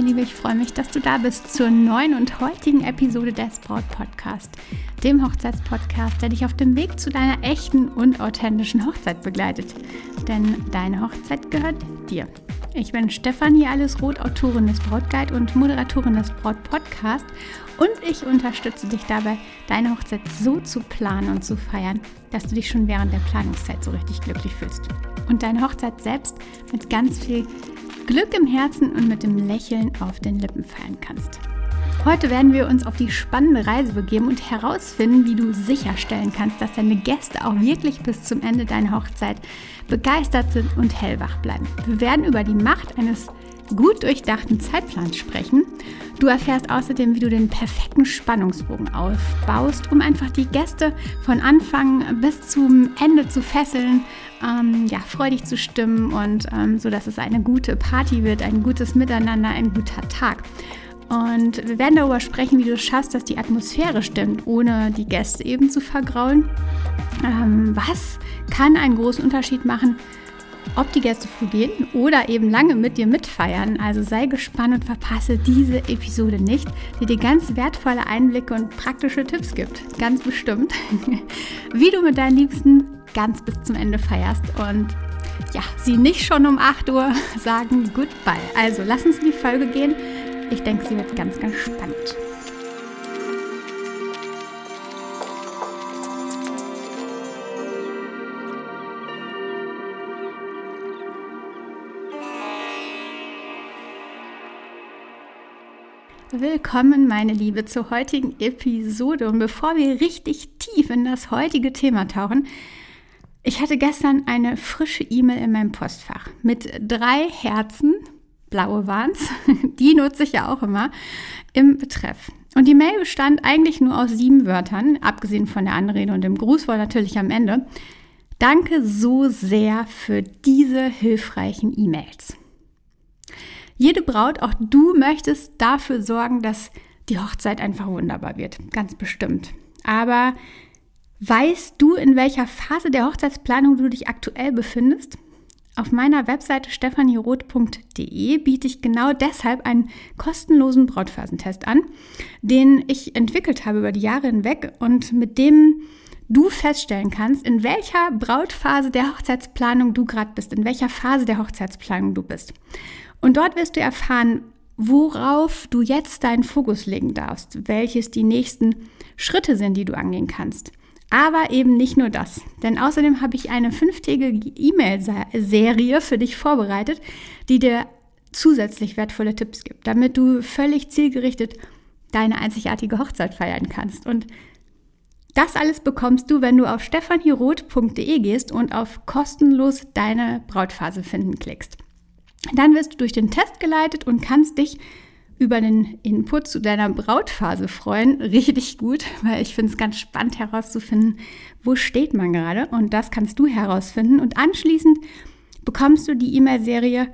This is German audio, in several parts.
Liebe, ich freue mich, dass du da bist zur neuen und heutigen Episode des Braut-Podcast, dem Hochzeitspodcast, der dich auf dem Weg zu deiner echten und authentischen Hochzeit begleitet. Denn deine Hochzeit gehört dir. Ich bin Stefanie Allesroth, Autorin des Brautguide und Moderatorin des Braut-Podcast und ich unterstütze dich dabei, deine Hochzeit so zu planen und zu feiern, dass du dich schon während der Planungszeit so richtig glücklich fühlst und deine Hochzeit selbst mit ganz viel Glück im Herzen und mit dem Lächeln auf den Lippen feiern kannst. Heute werden wir uns auf die spannende Reise begeben und herausfinden, wie du sicherstellen kannst, dass deine Gäste auch wirklich bis zum Ende deiner Hochzeit begeistert sind und hellwach bleiben. Wir werden über die Macht eines gut durchdachten Zeitplans sprechen. Du erfährst außerdem, wie du den perfekten Spannungsbogen aufbaust, um einfach die Gäste von Anfang bis zum Ende zu fesseln, freudig zu stimmen und so, dass es eine gute Party wird, ein gutes Miteinander, ein guter Tag. Und wir werden darüber sprechen, wie du es schaffst, dass die Atmosphäre stimmt, ohne die Gäste eben zu vergraulen. Was kann einen großen Unterschied machen, ob die Gäste früh gehen oder eben lange mit dir mitfeiern. Also sei gespannt und verpasse diese Episode nicht, die dir ganz wertvolle Einblicke und praktische Tipps gibt. Ganz bestimmt. Wie du mit deinen Liebsten ganz bis zum Ende feierst und ja, sie nicht schon um 8 Uhr sagen Goodbye. Also lass uns in die Folge gehen. Ich denke, sie wird ganz, ganz spannend. Willkommen, meine Liebe, zur heutigen Episode. Und bevor wir richtig tief in das heutige Thema tauchen, ich hatte gestern eine frische E-Mail in meinem Postfach mit 3 Herzen, blaue waren es, die nutze ich ja auch immer, im Betreff. Und die Mail bestand eigentlich nur aus 7 Wörtern, abgesehen von der Anrede und dem Grußwort natürlich am Ende. Danke so sehr für diese hilfreichen E-Mails. Jede Braut, auch du möchtest dafür sorgen, dass die Hochzeit einfach wunderbar wird, ganz bestimmt. Aber weißt du, in welcher Phase der Hochzeitsplanung du dich aktuell befindest? Auf meiner Webseite stefanieroth.de biete ich genau deshalb einen kostenlosen Brautphasentest an, den ich entwickelt habe über die Jahre hinweg und mit dem du feststellen kannst, in welcher Brautphase der Hochzeitsplanung du gerade bist, in welcher Phase der Hochzeitsplanung du bist. Und dort wirst du erfahren, worauf du jetzt deinen Fokus legen darfst, welches die nächsten Schritte sind, die du angehen kannst. Aber eben nicht nur das, denn außerdem habe ich eine 5-tägige E-Mail-Serie für dich vorbereitet, die dir zusätzlich wertvolle Tipps gibt, damit du völlig zielgerichtet deine einzigartige Hochzeit feiern kannst. Und das alles bekommst du, wenn du auf stefanieroth.de gehst und auf kostenlos deine Brautphase finden klickst. Dann wirst du durch den Test geleitet und kannst dich über den Input zu deiner Brautphase freuen. Richtig gut, weil ich finde es ganz spannend herauszufinden, wo steht man gerade. Und das kannst du herausfinden. Und anschließend bekommst du die E-Mail-Serie,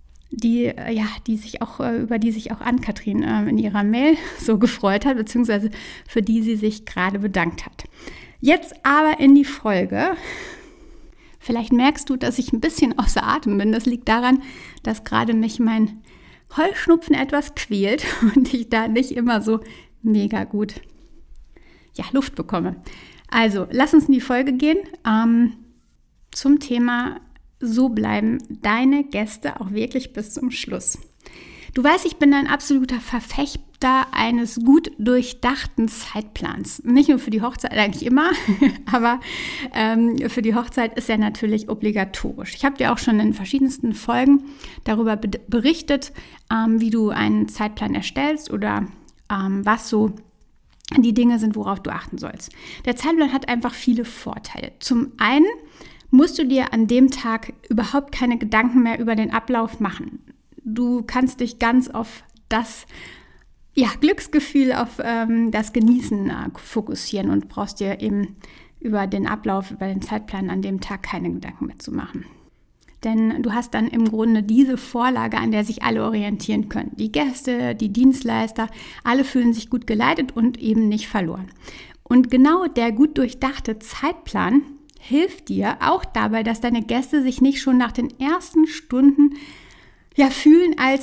über die sich auch Ann-Kathrin in ihrer Mail so gefreut hat, beziehungsweise für die sie sich gerade bedankt hat. Jetzt aber in die Folge. Vielleicht merkst du, dass ich ein bisschen außer Atem bin. Das liegt daran, dass gerade mich mein Heuschnupfen etwas quält und ich da nicht immer so mega gut Luft bekomme. Also, lass uns in die Folge gehen zum Thema: So bleiben deine Gäste auch wirklich bis zum Schluss. Du weißt, ich bin ein absoluter Verfechter eines gut durchdachten Zeitplans. Nicht nur für die Hochzeit, eigentlich immer, aber für die Hochzeit ist er natürlich obligatorisch. Ich habe dir auch schon in verschiedensten Folgen darüber berichtet, wie du einen Zeitplan erstellst oder was so die Dinge sind, worauf du achten sollst. Der Zeitplan hat einfach viele Vorteile. Zum einen musst du dir an dem Tag überhaupt keine Gedanken mehr über den Ablauf machen. Du kannst dich ganz auf das Glücksgefühl, auf das Genießen fokussieren und brauchst dir eben über den Ablauf, über den Zeitplan an dem Tag keine Gedanken mehr zu machen. Denn du hast dann im Grunde diese Vorlage, an der sich alle orientieren können. Die Gäste, die Dienstleister, alle fühlen sich gut geleitet und eben nicht verloren. Und genau der gut durchdachte Zeitplan hilft dir auch dabei, dass deine Gäste sich nicht schon nach den ersten Stunden fühlen, als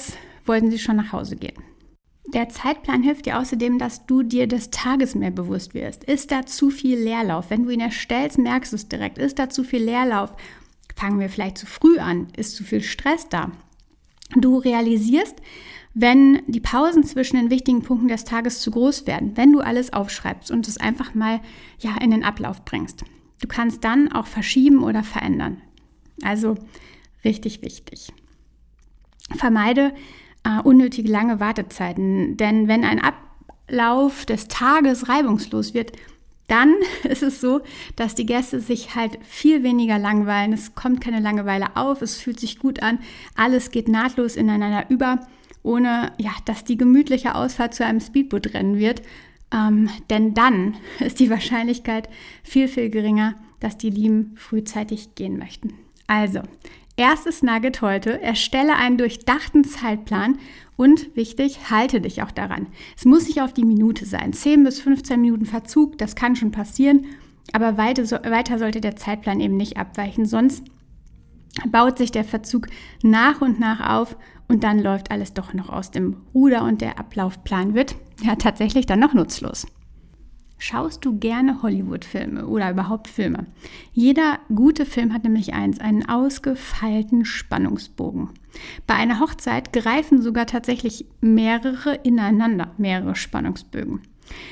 wollten sie schon nach Hause gehen. Der Zeitplan hilft dir außerdem, dass du dir des Tages mehr bewusst wirst. Ist da zu viel Leerlauf? Wenn du ihn erstellst, merkst du es direkt. Ist da zu viel Leerlauf? Fangen wir vielleicht zu früh an? Ist zu viel Stress da? Du realisierst, wenn die Pausen zwischen den wichtigen Punkten des Tages zu groß werden, wenn du alles aufschreibst und es einfach mal in den Ablauf bringst. Du kannst dann auch verschieben oder verändern. Also richtig wichtig. Vermeide unnötige lange Wartezeiten, denn wenn ein Ablauf des Tages reibungslos wird, dann ist es so, dass die Gäste sich halt viel weniger langweilen. Es kommt keine Langeweile auf, es fühlt sich gut an, alles geht nahtlos ineinander über, ohne dass die gemütliche Ausfahrt zu einem Speedboot-Rennen wird. Denn dann ist die Wahrscheinlichkeit viel, viel geringer, dass die Lieben frühzeitig gehen möchten. Also, erstes Nugget heute, erstelle einen durchdachten Zeitplan und wichtig, halte dich auch daran. Es muss nicht auf die Minute sein, 10 bis 15 Minuten Verzug, das kann schon passieren, aber weiter sollte der Zeitplan eben nicht abweichen, sonst baut sich der Verzug nach und nach auf und dann läuft alles doch noch aus dem Ruder und der Ablaufplan wird tatsächlich dann noch nutzlos. Schaust du gerne Hollywood-Filme oder überhaupt Filme? Jeder gute Film hat nämlich einen ausgefeilten Spannungsbogen. Bei einer Hochzeit greifen sogar tatsächlich mehrere Spannungsbögen.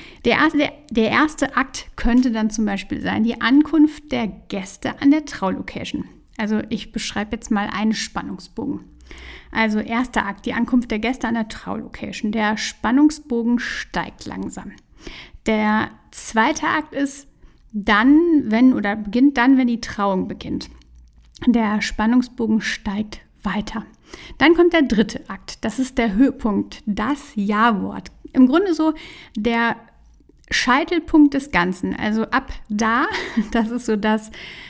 Der erste Akt könnte dann zum Beispiel sein, die Ankunft der Gäste an der Traulocation. Also ich beschreibe jetzt mal einen Spannungsbogen. Also erster Akt, die Ankunft der Gäste an der Traulocation. Der Spannungsbogen steigt langsam. Der zweite Akt ist beginnt dann, wenn die Trauung beginnt. Der Spannungsbogen steigt weiter. Dann kommt der dritte Akt. Das ist der Höhepunkt, das Ja-Wort. Im Grunde so der Scheitelpunkt des Ganzen. Also ab da, das ist so der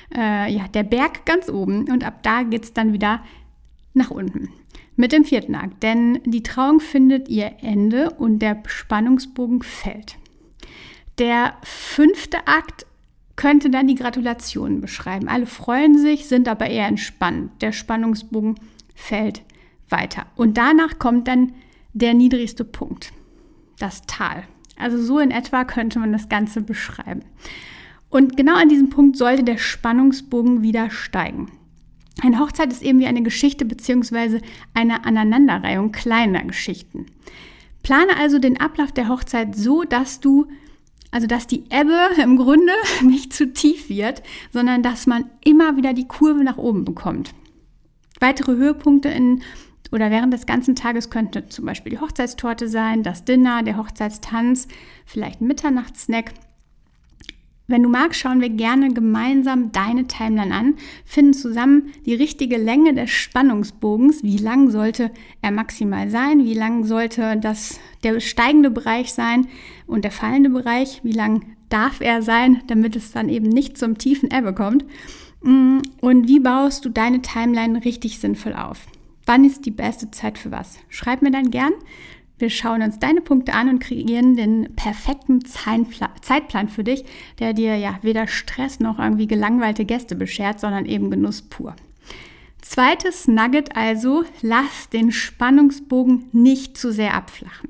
Berg ganz oben und ab da geht es dann wieder nach unten. Mit dem vierten Akt, denn die Trauung findet ihr Ende und der Spannungsbogen fällt. Der fünfte Akt könnte dann die Gratulationen beschreiben. Alle freuen sich, sind aber eher entspannt. Der Spannungsbogen fällt weiter. Und danach kommt dann der niedrigste Punkt, das Tal. Also so in etwa könnte man das Ganze beschreiben. Und genau an diesem Punkt sollte der Spannungsbogen wieder steigen. Eine Hochzeit ist eben wie eine Geschichte bzw. eine Aneinanderreihung kleiner Geschichten. Plane also den Ablauf der Hochzeit so, dass die Ebbe im Grunde nicht zu tief wird, sondern dass man immer wieder die Kurve nach oben bekommt. Weitere Höhepunkte während des ganzen Tages könnte zum Beispiel die Hochzeitstorte sein, das Dinner, der Hochzeitstanz, vielleicht ein Mitternachtssnack. Wenn du magst, schauen wir gerne gemeinsam deine Timeline an, finden zusammen die richtige Länge des Spannungsbogens. Wie lang sollte er maximal sein? Wie lang sollte der steigende Bereich sein und der fallende Bereich? Wie lang darf er sein, damit es dann eben nicht zum tiefen Ebbe kommt? Und wie baust du deine Timeline richtig sinnvoll auf? Wann ist die beste Zeit für was? Schreib mir dann gern. Wir schauen uns deine Punkte an und kreieren den perfekten Zeitplan für dich, der dir weder Stress noch irgendwie gelangweilte Gäste beschert, sondern eben Genuss pur. Zweites Nugget also, lass den Spannungsbogen nicht zu sehr abflachen.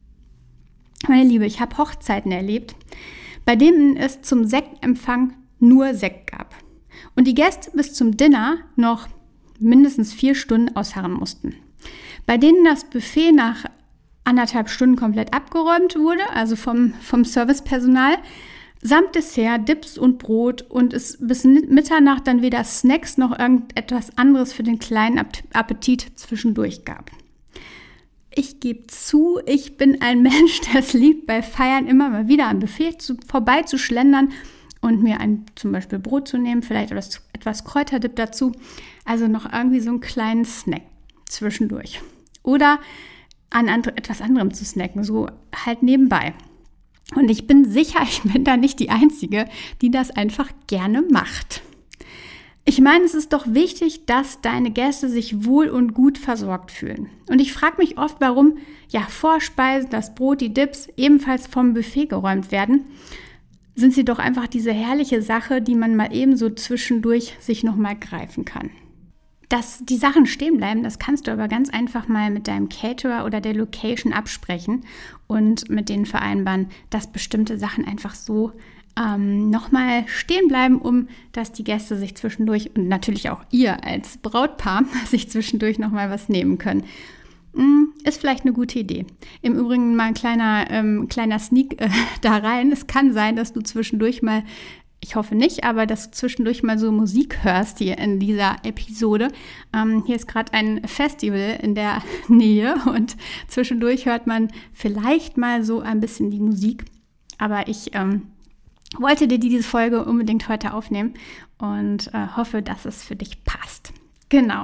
Meine Liebe, ich habe Hochzeiten erlebt, bei denen es zum Sektempfang nur Sekt gab und die Gäste bis zum Dinner noch mindestens 4 Stunden ausharren mussten. Bei denen das Buffet nach 1,5 Stunden komplett abgeräumt wurde, also vom Servicepersonal, samt Dessert, Dips und Brot und es bis Mitternacht dann weder Snacks noch irgendetwas anderes für den kleinen Appetit zwischendurch gab. Ich gebe zu, ich bin ein Mensch, der es liebt, bei Feiern immer mal wieder am Buffet vorbei zu schlendern und mir zum Beispiel Brot zu nehmen, vielleicht etwas Kräuterdip dazu, also noch irgendwie so einen kleinen Snack zwischendurch. Oder an etwas anderem zu snacken, so halt nebenbei. Und ich bin sicher, ich bin da nicht die Einzige, die das einfach gerne macht. Ich meine, es ist doch wichtig, dass deine Gäste sich wohl und gut versorgt fühlen. Und ich frage mich oft, warum Vorspeisen, das Brot, die Dips ebenfalls vom Buffet geräumt werden. Sind sie doch einfach diese herrliche Sache, die man mal eben so zwischendurch sich nochmal greifen kann. Dass die Sachen stehen bleiben, das kannst du aber ganz einfach mal mit deinem Caterer oder der Location absprechen und mit denen vereinbaren, dass bestimmte Sachen einfach so nochmal stehen bleiben, dass die Gäste sich zwischendurch und natürlich auch ihr als Brautpaar sich zwischendurch nochmal was nehmen können. Ist vielleicht eine gute Idee. Im Übrigen mal ein kleiner Sneak da rein. Es kann sein, dass du zwischendurch mal, ich hoffe nicht, aber dass du zwischendurch mal so Musik hörst hier in dieser Episode. Hier ist gerade ein Festival in der Nähe und zwischendurch hört man vielleicht mal so ein bisschen die Musik. Aber ich wollte dir diese Folge unbedingt heute aufnehmen und hoffe, dass es für dich passt. Genau.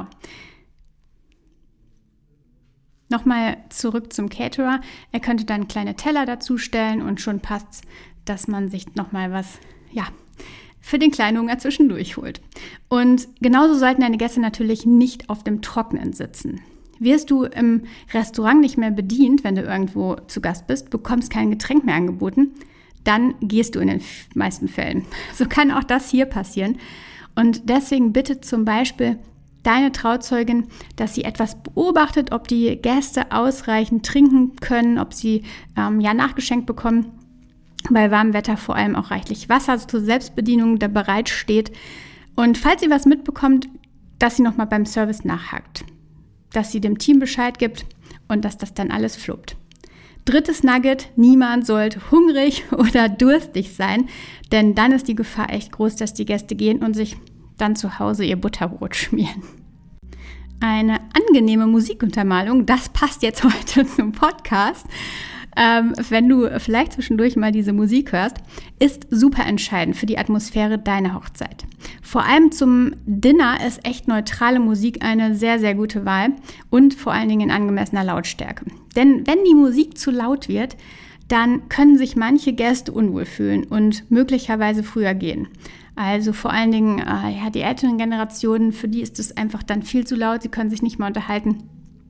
Nochmal zurück zum Caterer. Er könnte dann kleine Teller dazu stellen und schon passt's, dass man sich nochmal was, für den kleinen Hunger zwischendurch holt. Und genauso sollten deine Gäste natürlich nicht auf dem Trockenen sitzen. Wirst du im Restaurant nicht mehr bedient, wenn du irgendwo zu Gast bist, bekommst kein Getränk mehr angeboten, dann gehst du in den meisten Fällen. So kann auch das hier passieren. Und deswegen bitte zum Beispiel deine Trauzeugin, dass sie etwas beobachtet, ob die Gäste ausreichend trinken können, ob sie nachgeschenkt bekommen. Bei warmem Wetter vor allem auch reichlich Wasser zur Selbstbedienung, der bereit steht. Und falls sie was mitbekommt, dass sie nochmal beim Service nachhakt. Dass sie dem Team Bescheid gibt und dass das dann alles fluppt. Drittes Nugget, niemand sollte hungrig oder durstig sein, denn dann ist die Gefahr echt groß, dass die Gäste gehen und sich dann zu Hause ihr Butterbrot schmieren. Eine angenehme Musikuntermalung, das passt jetzt heute zum Podcast. Wenn du vielleicht zwischendurch mal diese Musik hörst, ist super entscheidend für die Atmosphäre deiner Hochzeit. Vor allem zum Dinner ist echt neutrale Musik eine sehr, sehr gute Wahl und vor allen Dingen in angemessener Lautstärke. Denn wenn die Musik zu laut wird, dann können sich manche Gäste unwohl fühlen und möglicherweise früher gehen. Also vor allen Dingen die älteren Generationen, für die ist es einfach dann viel zu laut, sie können sich nicht mehr unterhalten.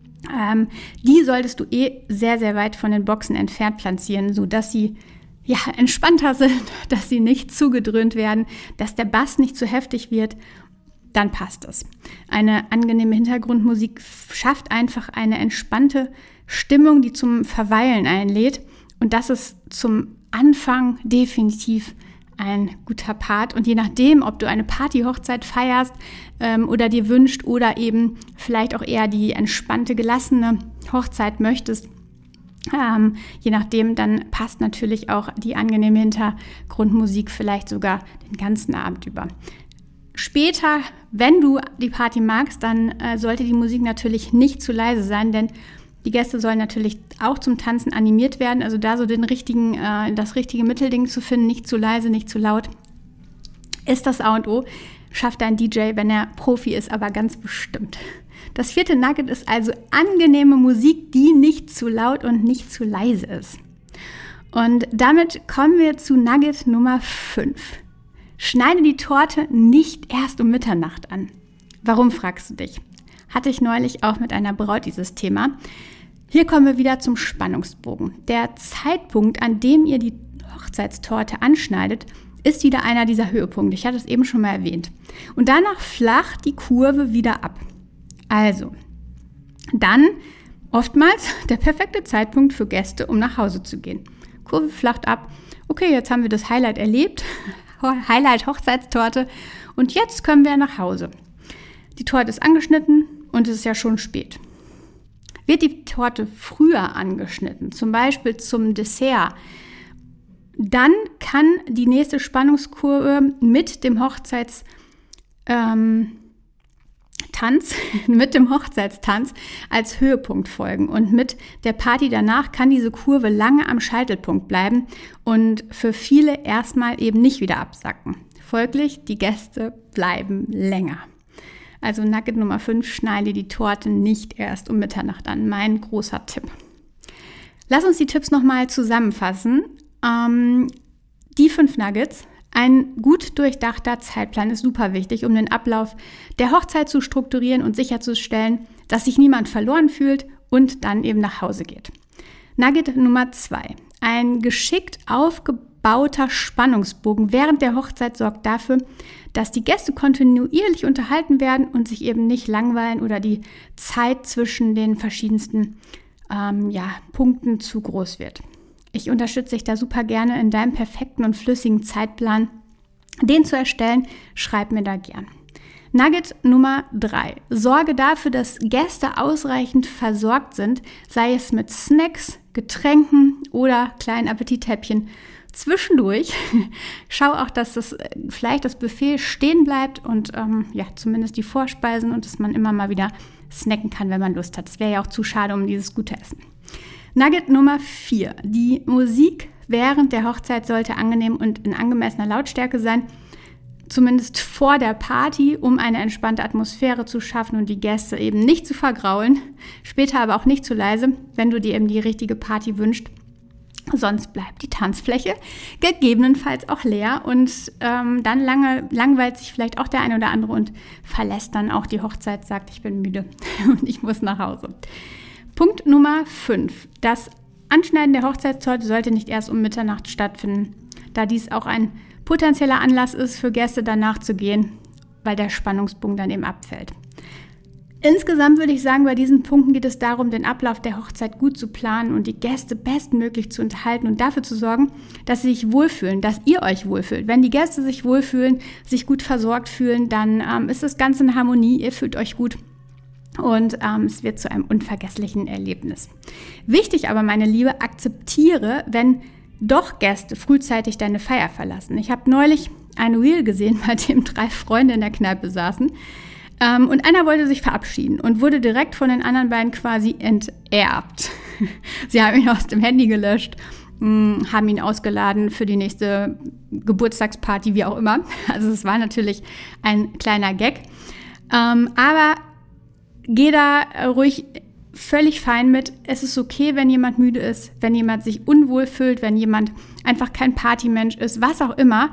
Die solltest du sehr, sehr weit von den Boxen entfernt platzieren, sodass sie entspannter sind, dass sie nicht zugedröhnt werden, dass der Bass nicht zu heftig wird. Dann passt es. Eine angenehme Hintergrundmusik schafft einfach eine entspannte Stimmung, die zum Verweilen einlädt. Und das ist zum Anfang definitiv ein guter Part. Und je nachdem, ob du eine Party-Hochzeit feierst oder dir wünscht oder eben vielleicht auch eher die entspannte, gelassene Hochzeit möchtest, je nachdem, dann passt natürlich auch die angenehme Hintergrundmusik vielleicht sogar den ganzen Abend über. Später, wenn du die Party magst, dann sollte die Musik natürlich nicht zu leise sein, denn die Gäste sollen natürlich auch zum Tanzen animiert werden, also da so das richtige Mittelding zu finden, nicht zu leise, nicht zu laut, ist das A und O. Schafft dein DJ, wenn er Profi ist, aber ganz bestimmt. Das 4. Nugget ist also angenehme Musik, die nicht zu laut und nicht zu leise ist. Und damit kommen wir zu Nugget Nummer 5. Schneide die Torte nicht erst um Mitternacht an. Warum, fragst du dich? Hatte ich neulich auch mit einer Braut dieses Thema. Hier kommen wir wieder zum Spannungsbogen. Der Zeitpunkt, an dem ihr die Hochzeitstorte anschneidet, ist wieder einer dieser Höhepunkte. Ich hatte es eben schon mal erwähnt. Und danach flacht die Kurve wieder ab. Also, dann oftmals der perfekte Zeitpunkt für Gäste, um nach Hause zu gehen. Kurve flacht ab. Okay, jetzt haben wir das Highlight erlebt. Highlight Hochzeitstorte. Und jetzt können wir nach Hause. Die Torte ist angeschnitten und es ist ja schon spät. Wird die Torte früher angeschnitten, zum Beispiel zum Dessert, dann kann die nächste Spannungskurve mit dem Hochzeitstanz als Höhepunkt folgen. Und mit der Party danach kann diese Kurve lange am Scheitelpunkt bleiben und für viele erstmal eben nicht wieder absacken. Folglich, die Gäste bleiben länger. Also Nugget Nummer 5, schneide die Torte nicht erst um Mitternacht an. Mein großer Tipp. Lass uns die Tipps nochmal zusammenfassen. Die 5 Nuggets. Ein gut durchdachter Zeitplan ist super wichtig, um den Ablauf der Hochzeit zu strukturieren und sicherzustellen, dass sich niemand verloren fühlt und dann eben nach Hause geht. Nugget Nummer 2. Ein geschickt aufgebautes aufgebauter Spannungsbogen während der Hochzeit sorgt dafür, dass die Gäste kontinuierlich unterhalten werden und sich eben nicht langweilen oder die Zeit zwischen den verschiedensten Punkten zu groß wird. Ich unterstütze dich da super gerne in deinem perfekten und flüssigen Zeitplan. Den zu erstellen, schreib mir da gern. Nugget Nummer 3. Sorge dafür, dass Gäste ausreichend versorgt sind, sei es mit Snacks, Getränken oder kleinen Appetithäppchen zwischendurch. Schau auch, dass das Buffet stehen bleibt und zumindest die Vorspeisen und dass man immer mal wieder snacken kann, wenn man Lust hat. Das wäre ja auch zu schade um dieses gute Essen. Nugget Nummer 4. Die Musik während der Hochzeit sollte angenehm und in angemessener Lautstärke sein, zumindest vor der Party, um eine entspannte Atmosphäre zu schaffen und die Gäste eben nicht zu vergraulen. Später aber auch nicht zu leise, wenn du dir eben die richtige Party wünschst. Sonst bleibt die Tanzfläche gegebenenfalls auch leer und dann langweilt sich vielleicht auch der eine oder andere und verlässt dann auch die Hochzeit, sagt, ich bin müde und ich muss nach Hause. Punkt Nummer 5. Das Anschneiden der Hochzeitstorte sollte nicht erst um Mitternacht stattfinden, da dies auch ein potenzieller Anlass ist, für Gäste danach zu gehen, weil der Spannungsbogen dann eben abfällt. Insgesamt würde ich sagen, bei diesen Punkten geht es darum, den Ablauf der Hochzeit gut zu planen und die Gäste bestmöglich zu unterhalten und dafür zu sorgen, dass sie sich wohlfühlen, dass ihr euch wohlfühlt. Wenn die Gäste sich wohlfühlen, sich gut versorgt fühlen, dann ist das Ganze in Harmonie, ihr fühlt euch gut und es wird zu einem unvergesslichen Erlebnis. Wichtig aber, meine Liebe, akzeptiere, wenn doch Gäste frühzeitig deine Feier verlassen. Ich habe neulich ein Reel gesehen, bei dem 3 Freunde in der Kneipe saßen und einer wollte sich verabschieden und wurde direkt von den anderen beiden quasi enterbt. Sie haben ihn aus dem Handy gelöscht, haben ihn ausgeladen für die nächste Geburtstagsparty, wie auch immer. Also es war natürlich ein kleiner Gag, aber geh da ruhig völlig fein mit. Es ist okay, wenn jemand müde ist, wenn jemand sich unwohl fühlt, wenn jemand einfach kein Partymensch ist, was auch immer.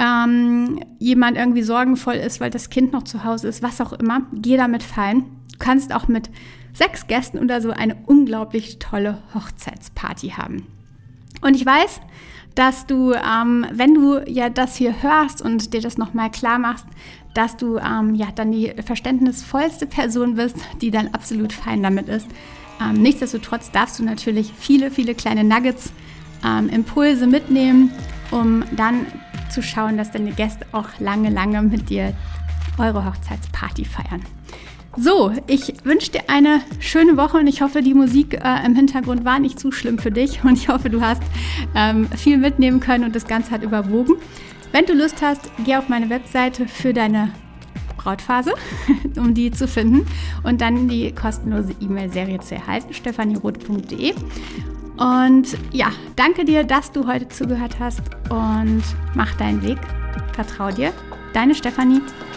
Jemand irgendwie sorgenvoll ist, weil das Kind noch zu Hause ist, was auch immer. Geh damit fein. Du kannst auch mit 6 Gästen oder so eine unglaublich tolle Hochzeitsparty haben. Und ich weiß, dass du, wenn du ja das hier hörst und dir das nochmal klar machst, dass du dann die verständnisvollste Person bist, die dann absolut fein damit ist. Nichtsdestotrotz darfst du natürlich viele, viele kleine Nuggets, Impulse mitnehmen, um dann zu schauen, dass deine Gäste auch lange, lange mit dir eure Hochzeitsparty feiern. So, ich wünsche dir eine schöne Woche und ich hoffe, die Musik im Hintergrund war nicht zu schlimm für dich und ich hoffe, du hast viel mitnehmen können und das Ganze hat überwogen. Wenn du Lust hast, geh auf meine Webseite für deine Brautphase, um die zu finden und dann die kostenlose E-Mail-Serie zu erhalten, stephanieroth.de. Und ja, danke dir, dass du heute zugehört hast und mach deinen Weg. Vertrau dir. Deine Stefanie.